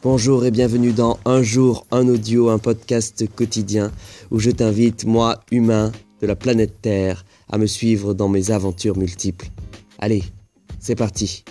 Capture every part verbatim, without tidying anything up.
Bonjour et bienvenue dans Un jour, un audio, un podcast quotidien où je t'invite, moi, humain de la planète Terre, à me suivre dans mes aventures multiples. Allez, c'est parti.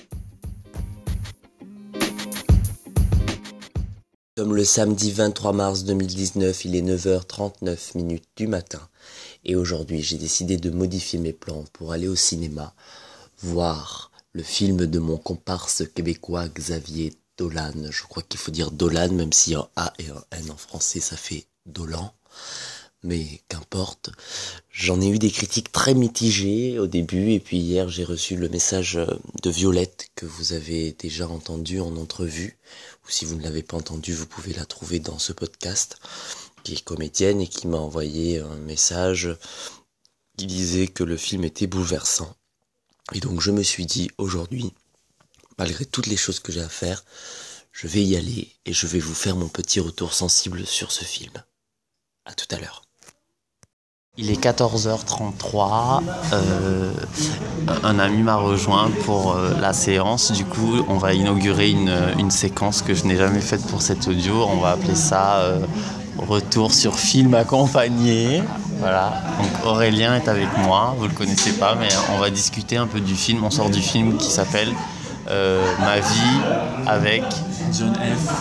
Nous sommes le samedi vingt-trois mars deux mille dix-neuf, il est neuf heures trente-neuf minutes du matin. Et aujourd'hui, j'ai décidé de modifier mes plans pour aller au cinéma, voir le film de mon comparse québécois Xavier Dolan. Je crois qu'il faut dire Dolan, même si un A et un N en français, ça fait Dolan. Mais qu'importe, j'en ai eu des critiques très mitigées au début, et puis hier j'ai reçu le message de Violette que vous avez déjà entendu en entrevue, ou si vous ne l'avez pas entendu, vous pouvez la trouver dans ce podcast, qui est comédienne et qui m'a envoyé un message qui disait que le film était bouleversant. Et donc je me suis dit, aujourd'hui, malgré toutes les choses que j'ai à faire, je vais y aller et je vais vous faire mon petit retour sensible sur ce film. À tout à l'heure. Il est quatorze heures trente-trois, euh, un ami m'a rejoint pour euh, la séance, du coup on va inaugurer une, une séquence que je n'ai jamais faite pour cet audio, on va appeler ça euh, retour sur film accompagné, voilà, donc Aurélien est avec moi, vous le connaissez pas mais on va discuter un peu du film, on sort du film qui s'appelle euh, Ma vie avec John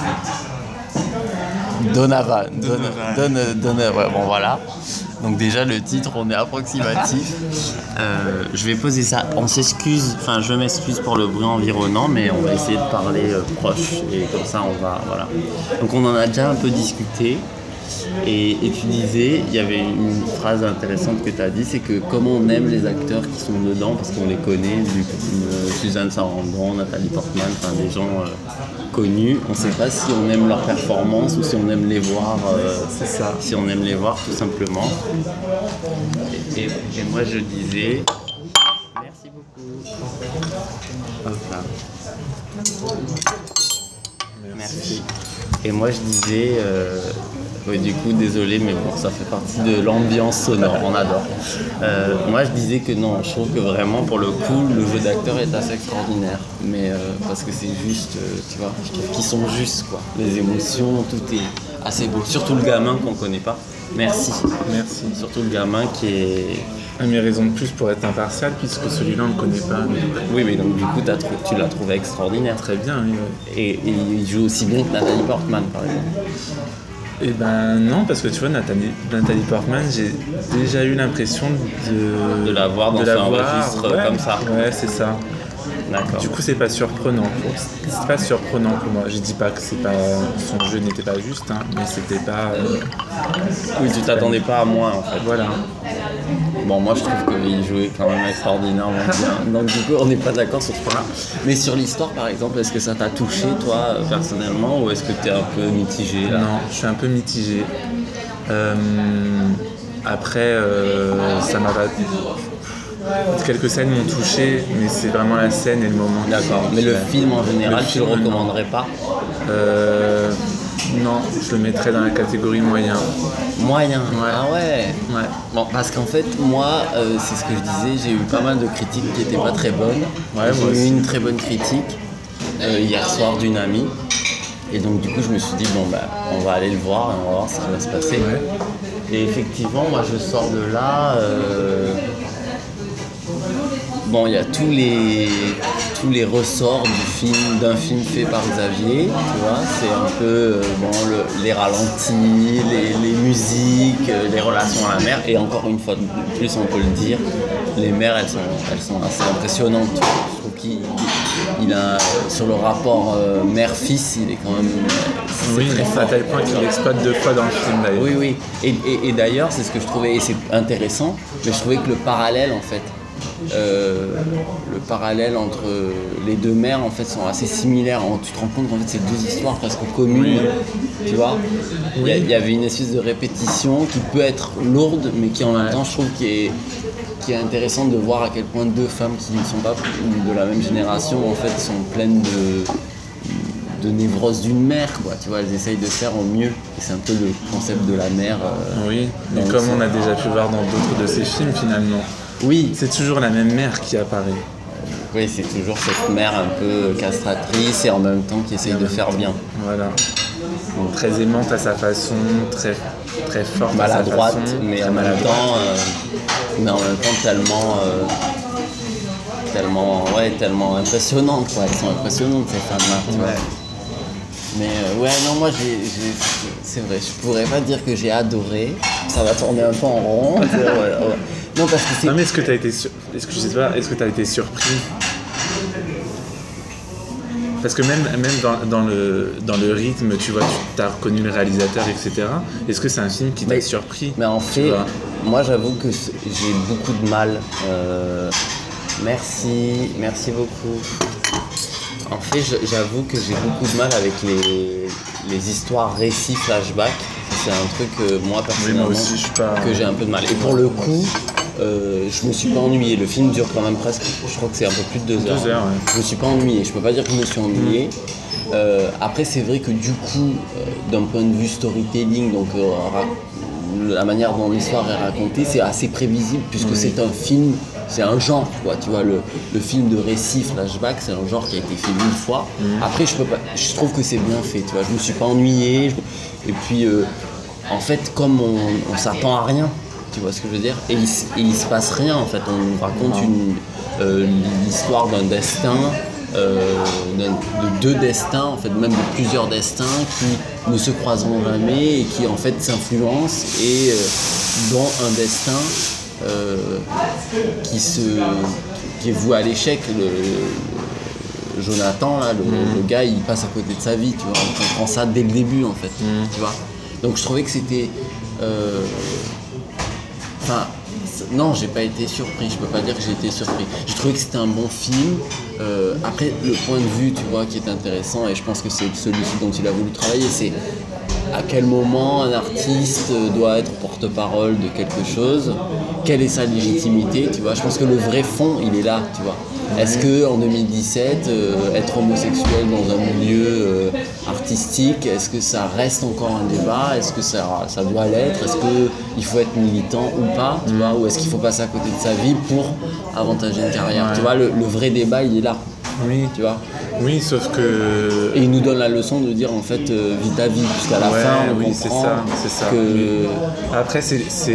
F. Donovan, Donovan. Don, Don, Don, ouais, bon voilà. Donc déjà le titre, on est approximatif. Euh, je vais poser ça. On s'excuse, enfin je m'excuse pour le bruit environnant, mais on va essayer de parler euh, proche et comme ça on va, voilà. Donc on en a déjà un peu discuté. Et, et tu disais, il y avait une phrase intéressante que tu as dit, c'est que comment on aime les acteurs qui sont dedans, parce qu'on les connaît, du, euh, Suzanne Sarandon, Nathalie Portman, enfin des gens euh, connus, on ne sait pas si on aime leur performance ou si on aime les voir, euh, c'est ça, si on aime les voir tout simplement. Et, et, et moi je disais, merci beaucoup. Hop là. Merci. Merci. Et moi je disais, euh, oui, du coup désolé mais bon ça fait partie de l'ambiance sonore, on adore. Euh, moi je disais que non, je trouve que vraiment pour le coup le jeu d'acteur est assez extraordinaire, mais euh, parce que c'est juste, euh, tu vois, je trouve qu'ils sont justes quoi, les émotions, tout est assez beau, surtout le gamin qu'on connaît pas. Merci. Merci. Surtout le gamin qui est... Ah, mais raison de plus pour être impartial, puisque celui-là on ne le connaît pas. Mais... Oui, mais donc du coup t'as trou- tu l'as trouvé extraordinaire. Très bien, oui. oui. Et, et il joue aussi bien que Nathalie Portman, par exemple. Eh ben non, parce que tu vois, Nathalie, Nathalie Portman, j'ai déjà eu l'impression de... De la voir dans de la un voir, registre ouais, comme ça. Ouais, c'est ça. D'accord. Du coup, c'est pas surprenant. C'est pas surprenant pour moi. Je dis pas que c'est pas son jeu n'était pas juste, hein, mais c'était pas. Euh... Oui, tu t'attendais pas à moins en fait. Voilà. Bon, moi je trouve qu'il jouait quand même extraordinairement bien. Donc du coup, on n'est pas d'accord sur ce point-là. Mais sur l'histoire, par exemple, est-ce que ça t'a touché toi personnellement, ou est-ce que t'es un peu mitigé là ? Non, je suis un peu mitigé. Euh... Après, euh, ça m'a pas. Quelques scènes m'ont touché, mais c'est vraiment la scène et le moment. D'accord, mais le film en général, tu le recommanderais pas ? euh, Non, je le mettrais dans la catégorie moyen. Moyen ? Ouais. Ah ouais. Ouais. Bon, parce qu'en fait, moi, euh, c'est ce que je disais, j'ai eu pas mal de critiques qui n'étaient pas très bonnes. Ouais, j'ai moi eu aussi. une très bonne critique euh, hier soir d'une amie. Et donc du coup, je me suis dit, bon, bah, on va aller le voir et on va voir ce qui va se passer. Ouais. Et effectivement, moi, je sors de là... Euh, Bon, il y a tous les, tous les ressorts du film, d'un film fait par Xavier, tu vois, c'est un peu euh, bon, le, les ralentis, les, les musiques, euh, les relations à la mer, et encore une fois de plus, on peut le dire, les mères, elles sont, elles sont assez impressionnantes. Je trouve qu'il il a, sur le rapport euh, mère-fils, il est quand même c'est Oui, très fort. à tel point qu'il l'exploite deux fois dans le film d'ailleurs. Oui, oui, et, et, et d'ailleurs, c'est ce que je trouvais, et c'est intéressant, mais je trouvais que le parallèle, en fait, Euh, le parallèle entre les deux mères en fait sont assez similaires. Tu te rends compte qu'en fait c'est deux histoires presque communes, oui. Tu vois. Il oui. y, y avait une espèce de répétition qui peut être lourde, mais qui en même temps je trouve qui est, qui est intéressante de voir à quel point deux femmes qui ne sont pas de la même génération en fait sont pleines de de névrose d'une mère, quoi. Tu vois, elles essayent de faire au mieux. Et c'est un peu le concept de la mère. Euh, oui, mais comme on a déjà pu voir dans d'autres de ces films finalement. Oui. C'est toujours la même mère qui apparaît. Oui, c'est toujours cette mère un peu castratrice et en même temps qui essaye de faire bien. Voilà. Donc, très aimante à sa façon, très, très forte maladroite, à sa façon. mais en même temps, euh, mais en même temps tellement, euh, tellement, ouais, tellement impressionnante, quoi. Elles sont impressionnantes ces femmes-là, tu vois. Ouais. Mais euh, ouais, non, moi, j'ai, j'ai, c'est vrai, je pourrais pas dire que j'ai adoré. Ça va tourner un peu en rond. ouais, ouais. Non, parce que c'est. Non, mais est-ce que tu as été, sur... est-ce que je sais pas, est-ce que tu as été surpris? Parce que même, même dans, dans, le, dans le rythme, tu vois, tu as reconnu le réalisateur, et cetera. Est-ce que c'est un film qui t'a mais, surpris? Mais en fait, moi j'avoue que j'ai beaucoup de mal. Euh, merci, merci beaucoup. En fait, j'avoue que j'ai beaucoup de mal avec les, les histoires récits flashback. C'est un truc que moi personnellement oui, moi aussi, je suis pas... que j'ai un peu de mal. Et pour le coup, euh, je me suis pas ennuyé. Le film dure quand même presque, je crois que c'est un peu plus de deux heures. Deux heures, ouais. Je me suis pas ennuyé. Je peux pas dire que je me suis ennuyé. Mmh. Euh, après, c'est vrai que du coup, euh, d'un point de vue storytelling, donc euh, la manière dont l'histoire est racontée, c'est assez prévisible puisque oui. c'est un film, c'est un genre, quoi. Tu vois, le, le film de récit flashback, c'est un genre qui a été fait mille fois. Mmh. Après, je peux pas, je trouve que c'est bien fait. Tu vois, je me suis pas ennuyé. Je, et puis, euh, en fait, comme on, on s'attend à rien. Tu vois ce que je veux dire? Et il, et il se passe rien en fait. On nous raconte une, euh, l'histoire d'un destin, euh, d'un, de deux destins, en fait, même de plusieurs destins qui ne se croiseront jamais et qui en fait s'influencent et euh, dont un destin euh, qui, se, qui est voué à l'échec. Le, Jonathan, là, le, mmh. le gars, il passe à côté de sa vie, tu vois. On comprend ça dès le début en fait, mmh. tu vois. Donc je trouvais que c'était. Euh, Enfin, non, j'ai pas été surpris, je peux pas dire que j'ai été surpris. J'ai trouvé que c'était un bon film. Euh, après, le point de vue, tu vois, qui est intéressant, et je pense que c'est celui-ci dont il a voulu travailler, c'est à quel moment un artiste doit être porte-parole de quelque chose, quelle est sa légitimité, tu vois. Je pense que le vrai fond, il est là, tu vois. Est-ce que en deux mille dix-sept, euh, être homosexuel dans un milieu euh, artistique, est-ce que ça reste encore un débat? Est-ce que ça, ça doit l'être? Est-ce qu'il faut être militant ou pas, tu vois? Ou est-ce qu'il faut passer à côté de sa vie pour avantager une carrière? Ouais. Tu vois, le, le vrai débat, il est là. Oui. Tu vois? Oui, sauf que... Et il nous donne la leçon de dire, en fait, euh, vis ta vie, jusqu'à la ouais, fin, on oui, comprend c'est ça, c'est ça. que... Oui. Après, c'est... c'est...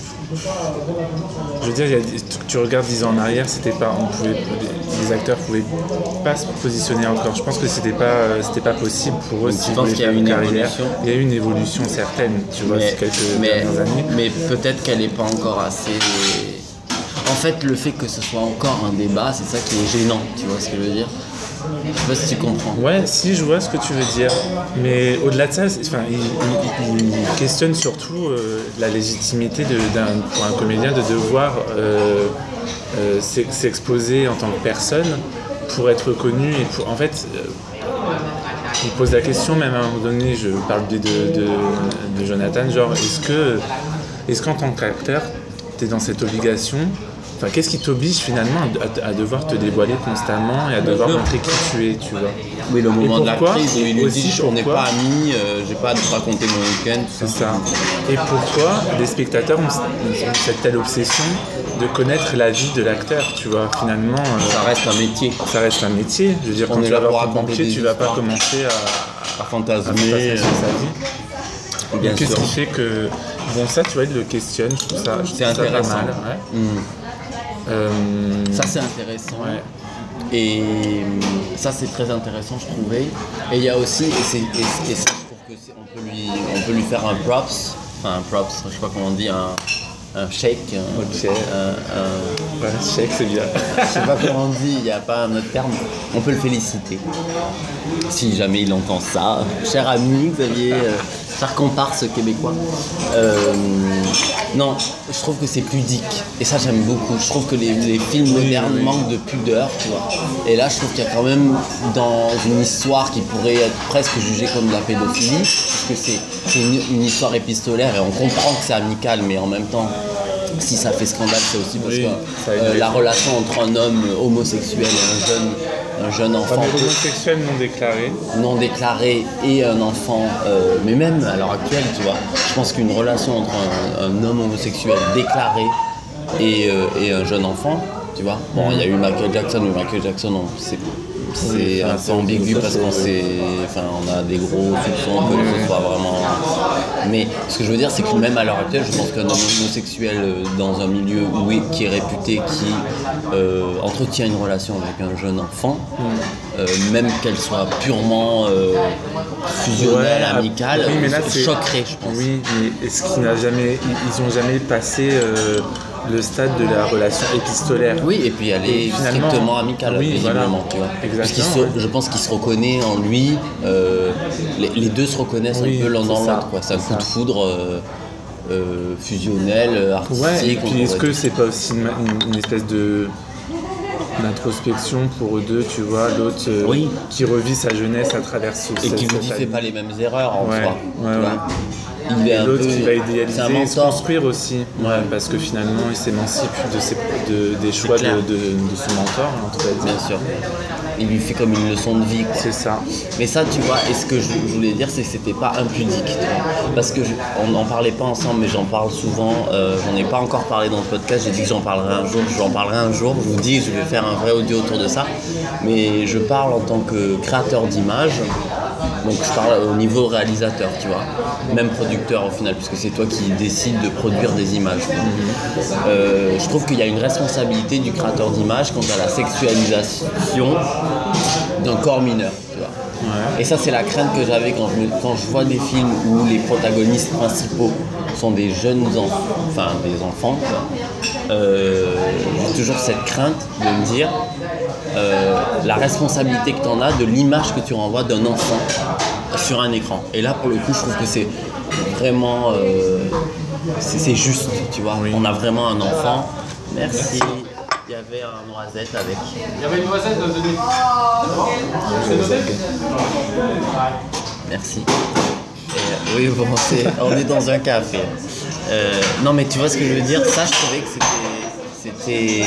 Je veux dire, il y a, tu regardes dix ans en arrière, c'était pas, on pouvait, les acteurs pouvaient pas se positionner encore. Je pense que c'était pas, c'était pas possible pour eux. Si je pense qu'il y a eu une carrière. évolution. Il y a eu une évolution certaine, tu vois, mais, ces quelques mais, dernières années. Mais peut-être qu'elle n'est pas encore assez. En fait, le fait que ce soit encore un débat, c'est ça qui est gênant. Tu vois ce que je veux dire? Je sais pas si tu comprends. Ouais, si, je vois ce que tu veux dire. Mais au-delà de ça, enfin, il, il, il questionne surtout euh, la légitimité de, d'un, pour un comédien de devoir euh, euh, s'exposer en tant que personne pour être reconnu. Et pour, en fait, euh, il pose la question, même à un moment donné, je parle de, de, de, de Jonathan, genre, est-ce que, est-ce qu'en tant qu'acteur, tu es dans cette obligation? Enfin, qu'est-ce qui t'oblige finalement à, à, à devoir te dévoiler constamment et à devoir montrer qui tu es, tu vois? Oui, le moment pourquoi, de la crise où il lui dit on n'est pourquoi, pas amis, euh, j'ai pas à te raconter mon week-end. C'est ça. Et pourquoi les spectateurs ont, ont cette telle obsession de connaître la vie de l'acteur, tu vois? Finalement, euh, ça reste un métier. Ça reste un métier. Je veux dire, on quand tu vas voir ton pompier, tu vas pas commencer à, à fantasmer, à fantasmer sur sa vie. Bien Qu'est-ce sûr. qui fait que bon, ça, tu vois, il le questionne. Je trouve ça, je c'est trouve intéressant. Ça pas mal, ouais. mmh. Euh... Ça c'est intéressant ouais. Et ça c'est très intéressant je trouvais. Et il y a aussi, et, c'est, et, et ça je trouve que c'est, on, peut lui, on peut lui faire un props, enfin un props, je sais pas comment on dit, un, un shake. Un, okay. un, un, ouais, shake c'est bien. Je sais pas comment on dit, il n'y a pas un autre terme. On peut le féliciter. Si jamais il entend ça, cher ami Xavier, euh, cher comparse québécois. Euh, non, je trouve que c'est pudique. Et ça j'aime beaucoup. Je trouve que les, les films modernes oui, oui. manquent de pudeur, tu vois. Et là je trouve qu'il y a quand même dans une histoire qui pourrait être presque jugée comme de la pédophilie, parce que c'est, c'est une, une histoire épistolaire et on comprend que c'est amical, mais en même temps, si ça fait scandale, c'est aussi parce oui, que euh, la relation entre un homme homosexuel et un jeune, un jeune enfant. Enfin, homosexuel non déclaré. Non déclaré et un enfant, euh, mais même à l'heure actuelle, tu vois, je pense qu'une relation entre un, un homme homosexuel déclaré et, euh, et un jeune enfant, tu vois. Bon, il y a eu Michael Jackson, mais Michael Jackson, on, c'est, c'est Oui, enfin, un peu c'est- ambigu ça, parce c'est- qu'on sait, enfin, on a des gros soupçons que ce soit vraiment. Mais ce que je veux dire, c'est que même à l'heure actuelle, je pense qu'un homme homosexuel euh, dans un milieu où est- qui est réputé, qui euh, entretient une relation avec un jeune enfant, euh, même qu'elle soit purement euh, fusionnelle, Ouais, amicale, oui, mais là, c'est- choquerait, je pense. Oui, mais est-ce qu'ils n'a jamais, ils, ils ont jamais passé euh, le stade de la relation épistolaire. Oui, et puis elle est Et finalement, strictement amicale, oui, visiblement. voilà. Tu vois. Exactement, Parce qu'il se- ouais. Je pense qu'il se reconnaît en lui. euh, les, les deux se reconnaissent Oui, un peu l'un dans c'est ça, l'autre. quoi. C'est un c'est coup de ça. foudre euh, euh, fusionnel, euh, artistique. Ouais, et on puis est-ce pourrait que dire. c'est pas aussi une, une- une espèce de d'introspection pour eux deux, tu vois, l'autre euh, Oui. qui revit sa jeunesse à travers ce Et cette- qui lui cette dit fais année. pas les mêmes erreurs en Ouais, soi. ouais, tu ouais. vois. Il est Et un l'autre peu- qui va c'est idéaliser un et se mentor. construire aussi, Ouais. parce que finalement il s'émancipe de ses, de, des choix de, clair. de, de son mentor, on pourrait dire. Bien sûr. Il lui fait comme une leçon de vie. quoi. C'est ça. Mais ça, tu vois, et ce que je je voulais dire, c'est que c'était pas impudique. tu vois. Parce que je- on n'en parlait pas ensemble, mais j'en parle souvent. Euh, j'en ai pas encore parlé dans le podcast. J'ai dit que j'en parlerai un jour. J'en parlerai un jour. Je vous dis, je vais faire un vrai audio autour de ça. Mais je parle en tant que créateur d'images. Donc je parle au niveau réalisateur, tu vois. Même producteur au final, puisque c'est toi qui décides de produire des images. quoi. Euh, je trouve qu'il y a une responsabilité du créateur d'images quant à la sexualisation d'un corps mineur, tu vois. Et ça, c'est la crainte que j'avais quand je, me- quand je vois des films où les protagonistes principaux sont des jeunes enfants, enfin des enfants. quoi. Euh, j'ai toujours cette crainte de me dire euh, la responsabilité que tu en as de l'image que tu renvoies d'un enfant sur un écran. Et là, pour le coup, je trouve que c'est vraiment euh, c'est, c'est juste, tu vois. On a vraiment un enfant. Merci. Il y avait un noisette avec. Il y avait une noisette de donner. Merci. Et, euh, oui, bon, c'est- on est dans un café. Euh, non, mais tu vois ce que je veux dire? Ça, je trouvais que c'était, c'était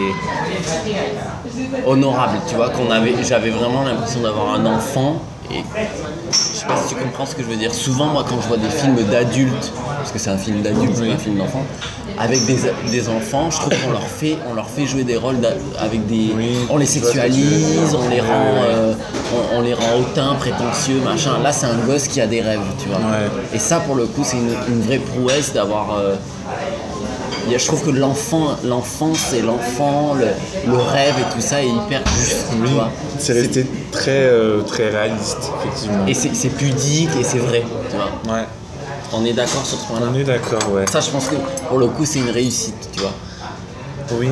honorable, tu vois, qu'on avait, j'avais vraiment l'impression d'avoir un enfant. Et je sais pas si tu comprends ce que je veux dire. Souvent, moi, quand je vois des films d'adultes, parce que c'est un film d'adulte, c'est pas un film d'enfant, avec des, des enfants, je trouve qu'on leur fait, on leur fait jouer des rôles d'a- avec des, Oui, on les je vois ce que tu veux sexualise, dire. on les Ouais, rend, ouais. euh, on, on les rend hautains, prétentieux, machin. Là, c'est un gosse qui a des rêves, tu vois. Ouais. Et ça, pour le coup, c'est une, une vraie prouesse d'avoir. euh, il y a- je trouve que l'enfant, l'enfance et l'enfant, le, le rêve et tout ça est hyper juste, tu Oui, vois. c'est resté très, euh, très réaliste, effectivement. Et c'est, c'est pudique et c'est vrai, tu vois. Ouais, On est d'accord sur ce point-là. on est d'accord, ouais. Ça, je pense que pour le coup, c'est une réussite, tu vois. Oui.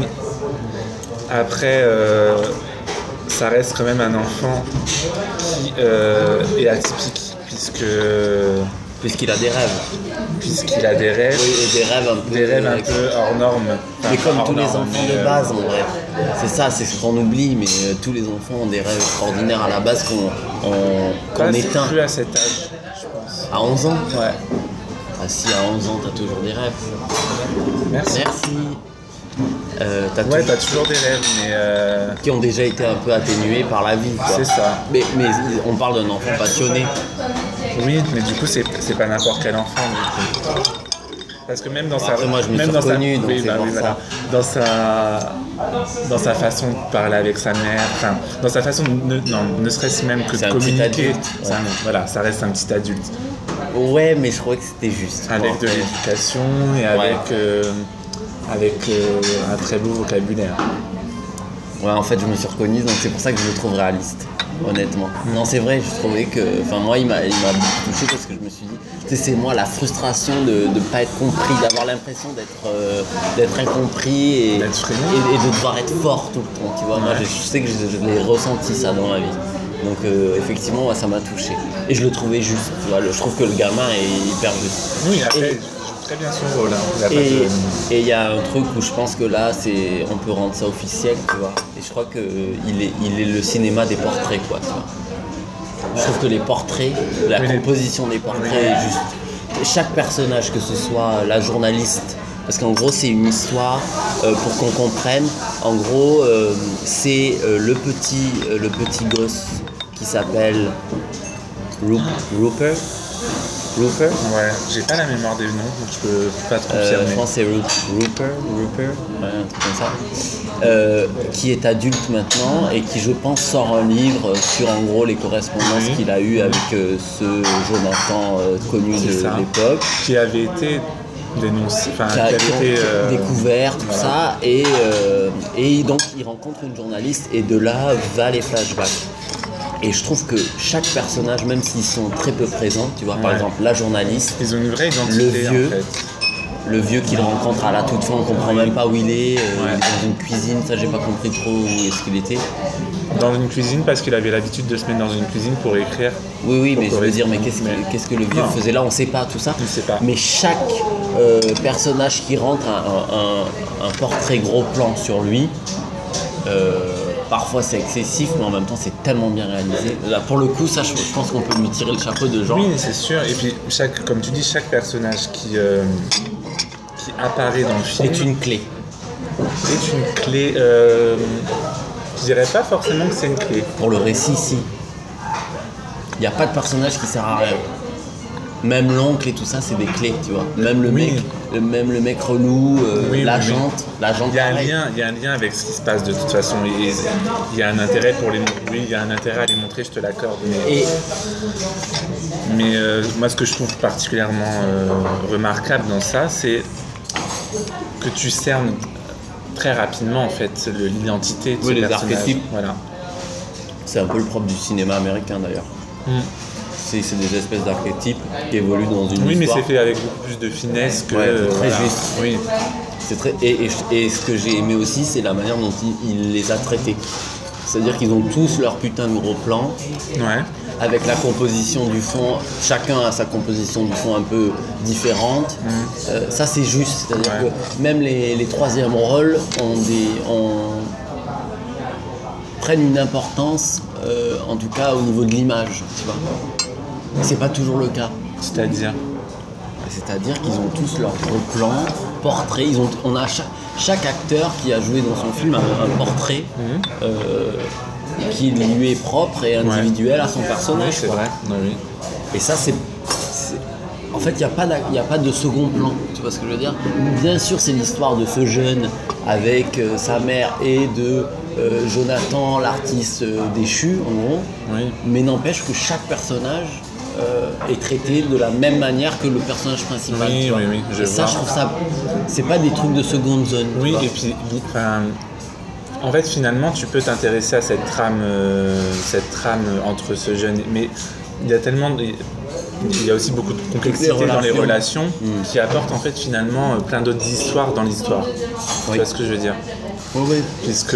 Après, euh, ça reste quand même un enfant qui euh, est atypique, puisque Puisqu'il a des rêves. puisqu'il a des rêves, Oui, et des rêves un peu. des rêves un peu hors normes. Mais Enfin, comme hors tous les normes, enfants mais, de euh, base, en vrai. C'est ça, c'est ce qu'on oublie, mais euh, tous les enfants ont des rêves extraordinaires à la base qu'on on- qu'on pas éteint. plus à cet âge, je pense. À onze ans. Ouais. Ah si, à onze ans, t'as toujours des rêves. Merci. Merci. Euh, t'as Ouais, tout- t'as toujours des rêves, mais euh, qui ont déjà été un peu atténués par la vie, quoi. c'est ça. Mais, mais on parle d'un enfant passionné. Oui, mais du coup, c'est c'est pas n'importe quel enfant, du coup. Parce que même dans sa Après, moi, je me même suis dans sa- reconnu, donc oui, c'est bah pour oui, ça. voilà. dans sa dans sa façon de parler avec sa mère, enfin dans sa façon de ne, non, ne serait-ce même que C'est de un petit communiquer. adulte, Ça, ouais. voilà, ça reste un petit adulte Ouais, mais je trouvais que c'était juste. avec En de fait. l'éducation et avec euh, avec euh, un très beau vocabulaire. Ouais, en fait, je me suis reconnu, donc c'est pour ça que je le trouve réaliste, honnêtement. Non, c'est vrai, je trouvais que. Enfin, moi, il m'a, il m'a beaucoup touché parce que je me suis dit, tu sais, c'est moi la frustration de ne pas être compris, d'avoir l'impression d'être, euh, d'être incompris et, D'être freiné. et, et de devoir être fort tout le temps, tu vois. Moi, je, je sais que je, je l'ai ressenti ça dans ma vie. Donc, euh, effectivement, ouais, ça m'a touché. Et je le trouvais juste, tu vois. Le- je trouve que le gamin est hyper juste. Oui, après, Et- il joue très bien son rôle. Hein. Il y a pas Et de- et il y a un truc où je pense que là, c'est, on peut rendre ça officiel, tu vois. Et je crois qu'il est, il est le cinéma des portraits, quoi, tu vois. Je trouve que les portraits, la Oui, les- composition des portraits est juste. Chaque personnage, que ce soit la journaliste, parce qu'en gros, c'est une histoire, euh, pour qu'on comprenne. En gros, euh, c'est euh, le, petit, euh, le petit gosse qui s'appelle Ru- Rupert. Rupert. Ouais, j'ai pas la mémoire des noms, donc je peux pas te Euh, confirmer. je pense que c'est Ru- Rupert, Rupert, ouais, un truc comme ça, euh, qui est adulte maintenant et qui, je pense, sort un livre sur en gros les correspondances Oui. qu'il a eues avec euh, ce Jonathan euh, connu C'est de ça. l'époque, Qui avait été dénoncé, enfin, qui a qui avait été euh, découvert tout voilà. ça, et, euh, et donc il rencontre une journaliste et de là va les flashbacks. Et je trouve que chaque personnage, même s'ils sont très peu présents, tu vois, par Ouais. exemple la journaliste, Ils ont une vraie identité, Le vieux. en fait. le vieux qu'il rencontre à la toute fin, on comprend même pas où il est, euh, Ouais. il est dans une cuisine, ça j'ai pas compris trop où est-ce qu'il était. Dans une cuisine, parce qu'il avait l'habitude de se mettre dans une cuisine pour écrire. Oui, oui, mais Pour je veux dire, mais correspondre. qu'est-ce que, Mais- qu'est-ce que le vieux Non. faisait là, on sait pas tout ça. On sait pas. Mais chaque euh, personnage qui rentre a un, un- un portrait gros plan sur lui. Euh, parfois c'est excessif, mais en même temps c'est tellement bien réalisé. Là, pour le coup, ça, je, je pense qu'on peut lui tirer le chapeau de genre. Oui, c'est sûr. Et puis, chaque, comme tu dis, chaque personnage qui, euh, qui apparaît dans le film C'est une clé. est une clé. Euh, je dirais pas forcément que c'est une clé. Pour le récit, si. Il n'y a pas de personnage qui sert à rien. Même l'oncle et tout ça, c'est des clés, tu vois. Même le Oui. mec, le, même le mec relou, euh, Oui, oui, l'agente, l'agente Il y, a un pareil. lien, il y a un lien avec ce qui se passe de toute façon. Et, et il y a un intérêt pour les oui, il y a un intérêt à les montrer, je te l'accorde. Mais, Et mais, euh, moi, ce que je trouve particulièrement euh, remarquable dans ça, c'est que tu cernes très rapidement en fait le- l'identité de Oui, ce les personnage. archétypes. Voilà. c'est un peu le propre du cinéma américain d'ailleurs. Mm. C'est, c'est des espèces d'archétypes qui évoluent dans une Oui, mais histoire. c'est fait avec beaucoup plus de finesse que. Ouais, c'est très voilà. juste. Oui. C'est très... et, et- et ce que j'ai aimé aussi, c'est la manière dont il, il les a traités. C'est-à-dire qu'ils ont tous leur putain de gros plan, Ouais. avec la composition du fond, chacun a sa composition du fond un peu différente. Euh, ça c'est juste, c'est-à-dire Ouais. que même les, les troisièmes rôles ont des, ont- prennent une importance, euh, en tout cas au niveau de l'image, tu vois. C'est pas toujours le cas. C'est-à-dire. C'est-à-dire qu'ils ont tous leur gros plan, portrait. Ils ont, on a chaque, chaque acteur qui a joué dans son film un, un portrait euh, qui lui est propre et individuel à son personnage. Oui, c'est quoi. vrai. Oui, oui. Et ça, c'est. c'est- En fait, il n'y a, pas d'a- y a pas de second plan. Tu vois ce que je veux dire? Bien sûr, c'est l'histoire de ce jeune avec euh, sa mère et de euh, Jonathan, l'artiste euh, déchu, en gros. Oui. Mais n'empêche que chaque personnage euh, est traité de la même manière que le personnage principal. Oui, tu vois. oui, oui, je et ça, vois. je trouve ça. C'est pas des trucs de seconde zone. tu Oui, vois. et puis, enfin, en fait, finalement, tu peux t'intéresser à cette trame, euh, cette trame entre ce jeune. Mais il y a tellement. de- Il y a aussi beaucoup de complexité Les dans les relations. relations Mm. qui apportent en fait finalement euh, plein d'autres histoires dans l'histoire. Oui. Tu vois ce que je veux dire? Oui, oui. Puisque.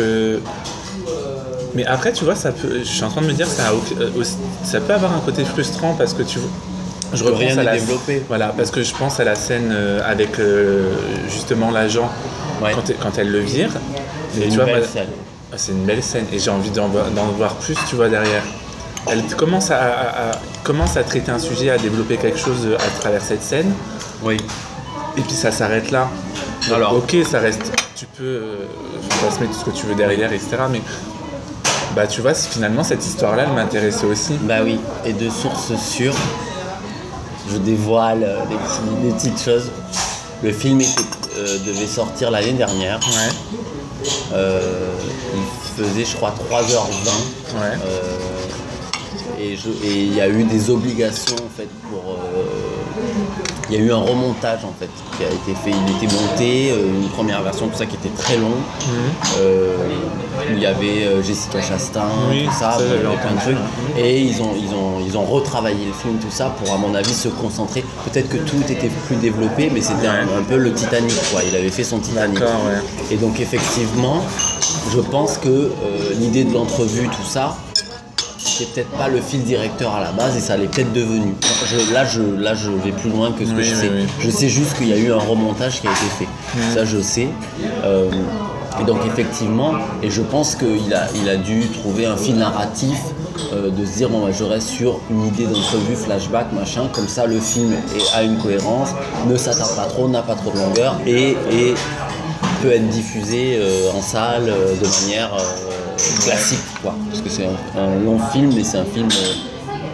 Mais après, tu vois, ça peut. Je suis en train de me dire, ça, a aucun- euh, aussi- ça peut avoir un côté frustrant parce que tu vois. Je Que repense rien à n'est la développé. Voilà, parce que je pense à la scène euh, avec euh, justement l'agent Ouais. quand, elle- quand elle le vire. C'est Et une tu vois, belle moi- scène. ah, c'est une belle scène et j'ai envie d'en, vo- d'en voir plus, tu vois, derrière. Elle commence à, à- à- commence à traiter un sujet, à développer quelque chose à travers cette scène, Oui. et puis ça s'arrête là. Donc, Alors. ok, ça reste. Tu peux euh, fantasmer tout ce que tu veux derrière, et cetera. Mais bah, tu vois, c- finalement, cette histoire-là, elle m'intéressait aussi. Bah oui. Et de sources sûres, je dévoile euh, des, petits- des petites choses. Le film était, euh, devait sortir l'année dernière. Ouais, Euh, il faisait, je crois, trois heures vingt. ouais. Euh, et je- et il y a eu des obligations en fait pour. euh, Il y a eu un remontage en fait qui a été fait. Il était monté, euh, une première version, tout ça qui était très long. Euh, où il y avait euh, Jessica Chastain, Oui, tout ça, ça, bon, il y j'avais avait plein de entendu. trucs. Et ils ont, ils, ont, ils ont retravaillé le film, tout ça, pour à mon avis se concentrer. Peut-être que tout était plus développé, mais c'était un, Ouais. un peu le Titanic, quoi. Il avait fait son Titanic. D'accord, ouais. Et donc effectivement, je pense que euh, l'idée de l'entrevue, tout ça, c'était peut-être pas le fil directeur à la base et ça l'est peut-être devenu. Je, là, je, là, je vais plus loin que ce que Oui, je oui, sais. oui. Je sais juste qu'il y a eu un remontage qui a été fait. Ça, je sais. Euh, et donc effectivement, et je pense qu'il a, il a dû trouver un fil narratif euh, de se dire bon, bah, je reste sur une idée d'entrevue, flashback, machin, comme ça le film est- a une cohérence, ne s'attarde pas trop, n'a pas trop de longueur et, et peut être diffusé euh, en salle euh, de manière euh, classique, quoi. Parce que c'est un, un long film, mais c'est un film euh,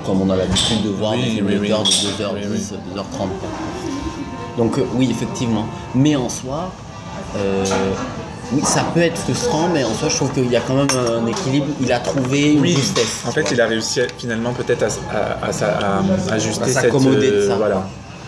comme on a l'habitude de voir Oui, des films oui, d'auteur oui. de deux heures dix, Oui, oui. deux heures trente. Donc euh, oui, effectivement. Mais en soi, euh, oui, ça peut être frustrant, mais en soi, je trouve qu'il y a quand même un équilibre. Il a trouvé une Oui, justesse. en fait, il a réussi à- finalement peut-être à, s- à, à, sa- à ajuster À cette... s'accommoder de euh, ça. Voilà.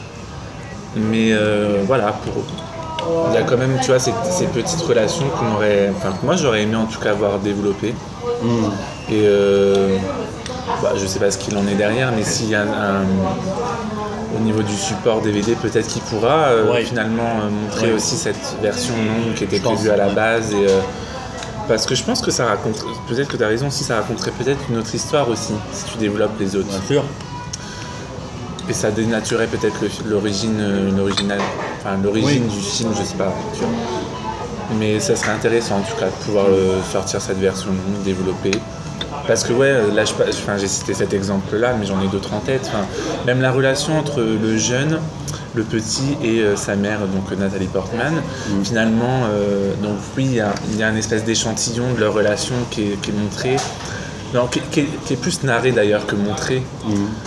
Mais euh, voilà, pour... il y a quand même, tu vois, ces, ces petites relations qu'on aurait... Enfin, que moi, j'aurais aimé en tout cas voir développer. Mm. Et euh, bah, je sais pas ce qu'il en est derrière, mais s'il y a un, un- au niveau du support D V D, peut-être qu'il pourra euh, Ouais. finalement euh, montrer Ouais. aussi cette version longue qui était Je pense, prévue à la ouais. base. Et, euh, parce que je pense que ça raconte, peut-être que tu as raison, si ça raconterait peut-être une autre histoire aussi, si tu développes les autres. Bien sûr. Et ça dénaturait peut-être le- l'origine, euh, l'original, enfin l'origine Oui. du film, je sais pas. Tu vois. Mais ça serait intéressant en tout cas de pouvoir euh, sortir cette version longue, développer. Parce que ouais, là je, enfin, j'ai cité cet exemple-là, mais j'en ai d'autres en tête. Enfin, même la relation entre le jeune, le petit et euh, sa mère, donc euh, Nathalie Portman, Mm. finalement, euh, donc oui, il y a, il y a une espèce d'échantillon de leur relation qui est, qui est montré, non, qui, qui est, qui est plus narré d'ailleurs que montré. Mm.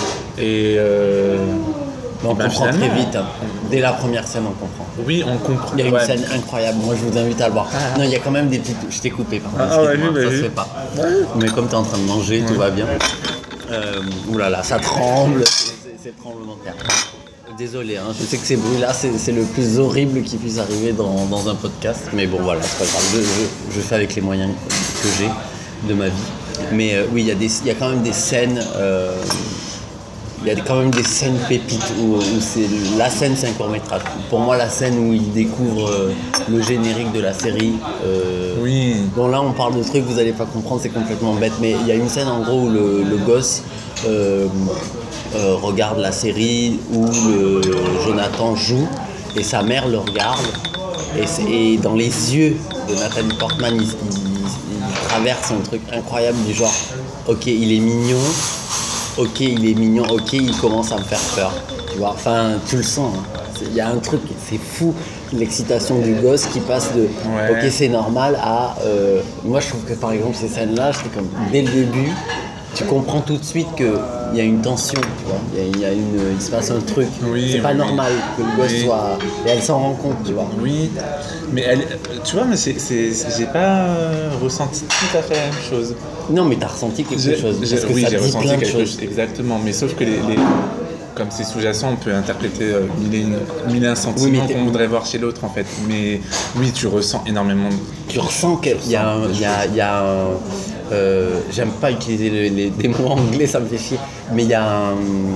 Et euh, Mais on ben, comprend très finalement, vite. hein. Dès la première scène, on comprend. oui, on comprend. Il y a une ouais. scène incroyable, moi je vous invite à le voir. Non, il y a quand même des petites... Je t'ai coupé, pardon, Ah, ouais, excuse-moi, oui, bah ça se oui. fait pas. Mais comme tu es en train de manger, tout va bien. Euh, oulala, ça tremble, c'est c'est tremblement de terre. Désolé, hein, je sais que ces bruits-là, c'est c'est le plus horrible qui puisse arriver dans, dans un podcast. Mais bon, voilà, c'est pas grave, je, je- je fais avec les moyens que j'ai de ma vie. Mais euh, oui, il y, a des- il y a quand même des scènes... euh, il y a quand même des scènes pépites où, où c'est la scène, c'est un court métrage. Pour moi, la scène où il découvre euh, le générique de la série. euh, Oui. Bon, là, on parle de trucs, vous allez pas comprendre, c'est complètement bête. Mais il y a une scène en gros où le, le gosse euh, euh, regarde la série où le Jonathan joue et sa mère le regarde. Et, c'est- et dans les yeux de Nathalie Portman, il, il- il traverse un truc incroyable du genre, ok, il est mignon. Ok, il est mignon, ok, il commence à me faire peur. Tu vois, enfin, tu le sens. hein. C'est- Il y a un truc, c'est fou, l'excitation du gosse qui passe de Ouais. ok, c'est normal à. euh, moi, je trouve que par exemple, ces scènes-là, c'est comme dès le début, tu comprends tout de suite qu'il y a une tension, tu vois. Il y a, il y a une, il se passe un truc. Oui, c'est pas oui, normal que le gosse oui. soit. Et elle s'en rend compte, tu vois. Oui, mais elle, tu vois, mais c'est, c'est, j'ai pas euh, ressenti tout à fait la même chose. Non, mais t'as ressenti quelque J'ai- chose. j'ai- Parce que oui, ça j'ai dit ressenti plein de quelque choses. chose, exactement. Mais sauf que les, les- comme c'est sous-jacent, on peut interpréter euh, mille et une- mille et un sentiments mais t'es- qu'on voudrait voir chez l'autre, en fait. Mais oui, tu ressens énormément. de- Tu ressens qu'il y a un. il y a- il y a un- euh, j'aime pas utiliser le- les, des mots anglais, ça me fait chier. Mais il y a un.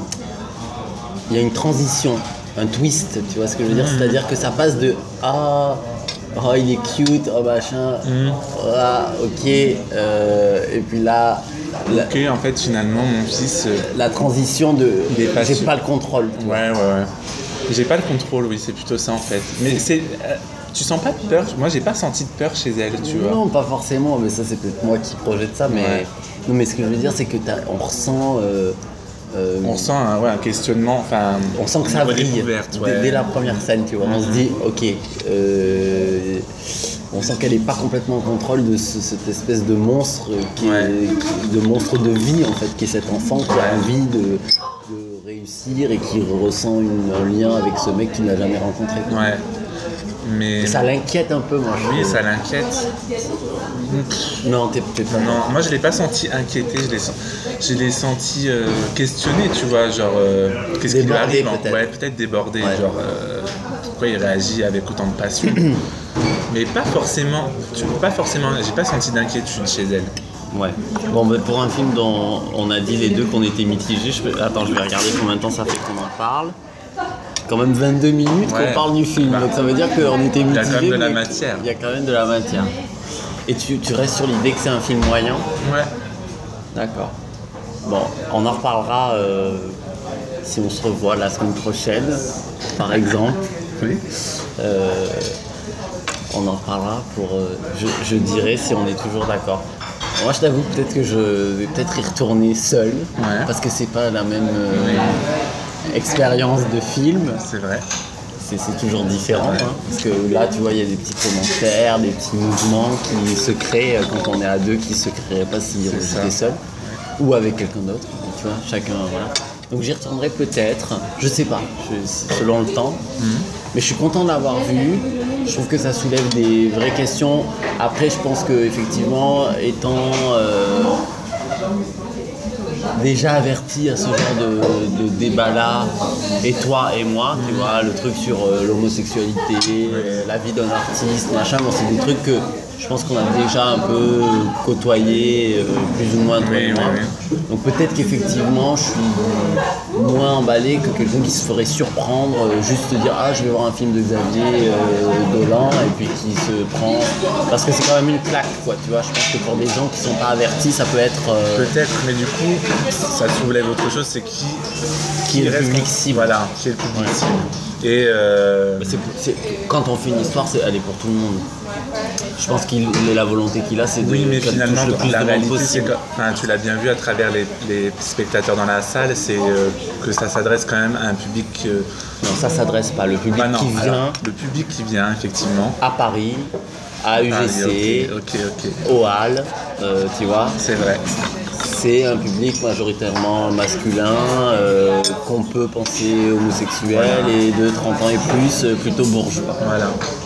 Il y a une transition, un twist, tu vois ce que je veux dire? C'est-à-dire que ça passe de Ah, oh, il est cute, oh machin, ah, ok. euh, et puis là, la, Que en fait, finalement, mon fils. euh, la transition de. Il est pas J'ai sûr. pas le contrôle. tu vois. Ouais, ouais, ouais. J'ai pas le contrôle, oui, c'est plutôt ça en fait. Mais c'est, euh, tu sens pas de peur? Moi, j'ai pas senti de peur chez elle, tu vois. Non, pas forcément, mais ça c'est peut-être moi qui projette ça. Mais, Ouais. non, mais ce que je veux dire, c'est que t'as- on ressent. euh, euh, On ressent un, ouais, un questionnement, enfin. On sent que au ça niveau brille découverte, dès, ouais. dès la première scène, tu vois. On se dit, ok, euh, on sent qu'elle n'est pas complètement en contrôle de ce- cette espèce de monstre, qui est- Ouais. qui- de monstre de vie en fait, qui est cet enfant qui a envie de, de réussir et qui ressent une- un lien avec ce mec qu'il n'a jamais rencontré. quoi. Ouais. Mais. Et ça l'inquiète un peu, moi. je Oui, trouve. ça l'inquiète. Non, t'es t'es pas. Non, moi je l'ai pas senti inquiété, je l'ai, sen- je l'ai senti euh, questionné, tu vois, genre euh, qu'est-ce qui lui Débordé, arrive en- peut-être. Ouais, peut-être débordé, Ouais. genre euh, pourquoi il réagit avec autant de passion. Mais pas forcément, tu, pas forcément, j'ai pas senti d'inquiétude chez elle. Ouais. Bon, bah, pour un film dont on a dit les deux qu'on était mitigés, je peux- attends, je vais regarder combien de temps ça fait qu'on en parle. Quand même vingt-deux minutes Ouais. qu'on parle du film, Bah, donc ça veut dire qu'on était il y a mitigés. quand même de la mais matière. Il y a quand même de la matière. Et tu, tu restes sur l'idée que c'est un film moyen? Ouais. D'accord. Bon, on en reparlera euh, si on se revoit la semaine prochaine, par exemple. Oui. Euh, on en reparlera pour, euh, je, je dirais, si on est toujours d'accord. Moi, je t'avoue peut-être que je vais peut-être y retourner seul, Ouais. parce que c'est pas la même euh, expérience de film. C'est vrai. C'est, c'est toujours différent, hein, parce que là, tu vois, il y a des petits commentaires, des petits mouvements qui se créent euh, quand on est à deux, qui se créeraient pas si on C'est était ça. seul. ou avec quelqu'un d'autre, tu vois, chacun, voilà. Donc j'y retournerai peut-être, je sais pas, je, selon le temps. Mmh. Mais je suis content de l'avoir vu. Je trouve que ça soulève des vraies questions. Après, je pense que effectivement, étant euh, déjà averti à ce genre de, de débat-là, et toi et moi, mmh. tu vois, le truc sur euh, l'homosexualité, euh, la vie d'un artiste, machin, bon, c'est des trucs que je pense qu'on a déjà un peu côtoyé, euh, plus ou moins toi et moi. Donc peut-être qu'effectivement, je suis moins emballé que quelqu'un qui se ferait surprendre, euh, juste se dire « Ah, je vais voir un film de Xavier euh, Dolan » et puis qui se prend... Parce que c'est quand même une claque, quoi, tu vois. Je pense que pour des gens qui sont pas avertis, ça peut être... Euh... Peut-être, mais du coup, ça soulève autre chose, c'est qui... Qui est le public cible. Voilà, qui est le public cible. Et euh... c'est, c'est, quand on fait une histoire, c'est, elle est pour tout le monde. Je pense qu'il la volonté qu'il a, c'est de oui, mais finalement, le plus la de réalité, c'est que, enfin, tu l'as bien vu à travers les, les spectateurs dans la salle, c'est euh, que ça s'adresse quand même à un public. Euh... Non, ça s'adresse pas. Le public bah non, qui vient. Alors, le public qui vient, effectivement. À Paris, à U G C, ah, okay, okay, okay. au Hall, euh, tu vois. C'est vrai. C'est un public majoritairement masculin, euh, qu'on peut penser homosexuel voilà. et de trente ans et plus, euh, plutôt bourgeois. Voilà.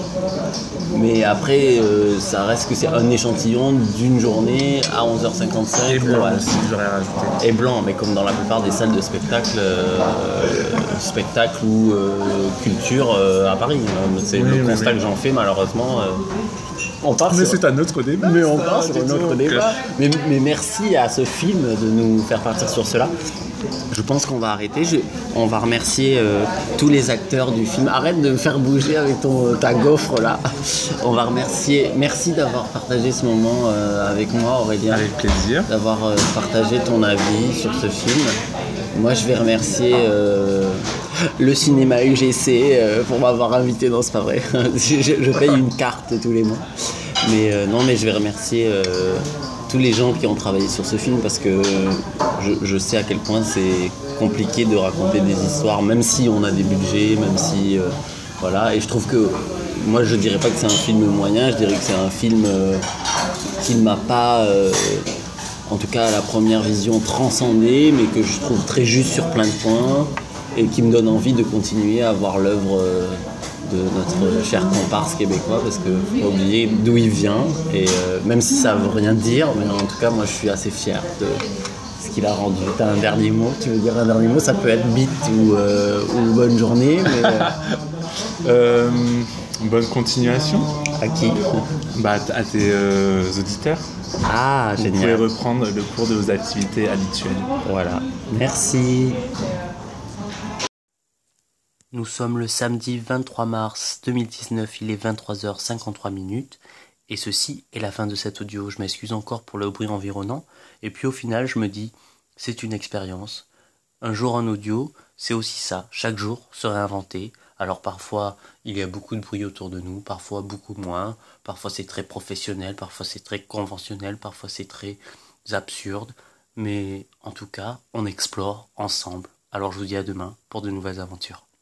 Mais après, euh, ça reste que c'est un échantillon d'une journée à onze heures cinquante-cinq. Et blanc ouais. aussi, j'aurais rajouté. Et blanc, mais comme dans la plupart des salles de spectacle, euh, spectacle ou euh, culture euh, à Paris. C'est oui, le constat oui. que j'en fais malheureusement. Euh, On part mais sur... c'est un autre débat. Mais on part sur un autre débat. Mais, mais merci à ce film de nous faire partir sur cela. Je pense qu'on va arrêter. Je... On va remercier euh, tous les acteurs du film. Arrête de me faire bouger avec ton, ta gaufre là. On va remercier. Merci d'avoir partagé ce moment euh, avec moi, Aurélien. Avec plaisir. D'avoir euh, partagé ton avis sur ce film. Moi, je vais remercier euh, le cinéma U G C euh, pour m'avoir invité. Non, c'est pas vrai. je, je paye une carte tous les mois. Mais euh, non, mais je vais remercier euh, tous les gens qui ont travaillé sur ce film parce que je, je sais à quel point c'est compliqué de raconter des histoires, même si on a des budgets, même si... Euh, voilà. Et je trouve que... Moi, je dirais pas que c'est un film moyen, je dirais que c'est un film euh, qui ne m'a pas... Euh, en tout cas à la première vision transcendé, mais que je trouve très juste sur plein de points et qui me donne envie de continuer à voir l'œuvre de notre cher comparse québécois parce que faut pas oublier d'où il vient et euh, même si ça veut rien dire, mais en tout cas moi je suis assez fier de ce qu'il a rendu. T'as un dernier mot? Tu veux dire un dernier mot? Ça peut être bite ou, euh, ou bonne journée, mais... euh, bonne continuation. À qui? Bah à tes euh, auditeurs. Ah, vous génial. Vous pouvez reprendre le cours de vos activités habituelles. Voilà. Merci. Nous sommes le samedi vingt-trois mars deux mille dix-neuf, il est vingt-trois heures cinquante-trois minutes. Et ceci est la fin de cet audio. Je m'excuse encore pour le bruit environnant. Et puis au final, je me dis, c'est une expérience. Un jour en audio, c'est aussi ça. Chaque jour se réinventer. Alors parfois, il y a beaucoup de bruit autour de nous, parfois beaucoup moins, parfois c'est très professionnel, parfois c'est très conventionnel, parfois c'est très absurde, mais en tout cas, on explore ensemble. Alors je vous dis à demain pour de nouvelles aventures.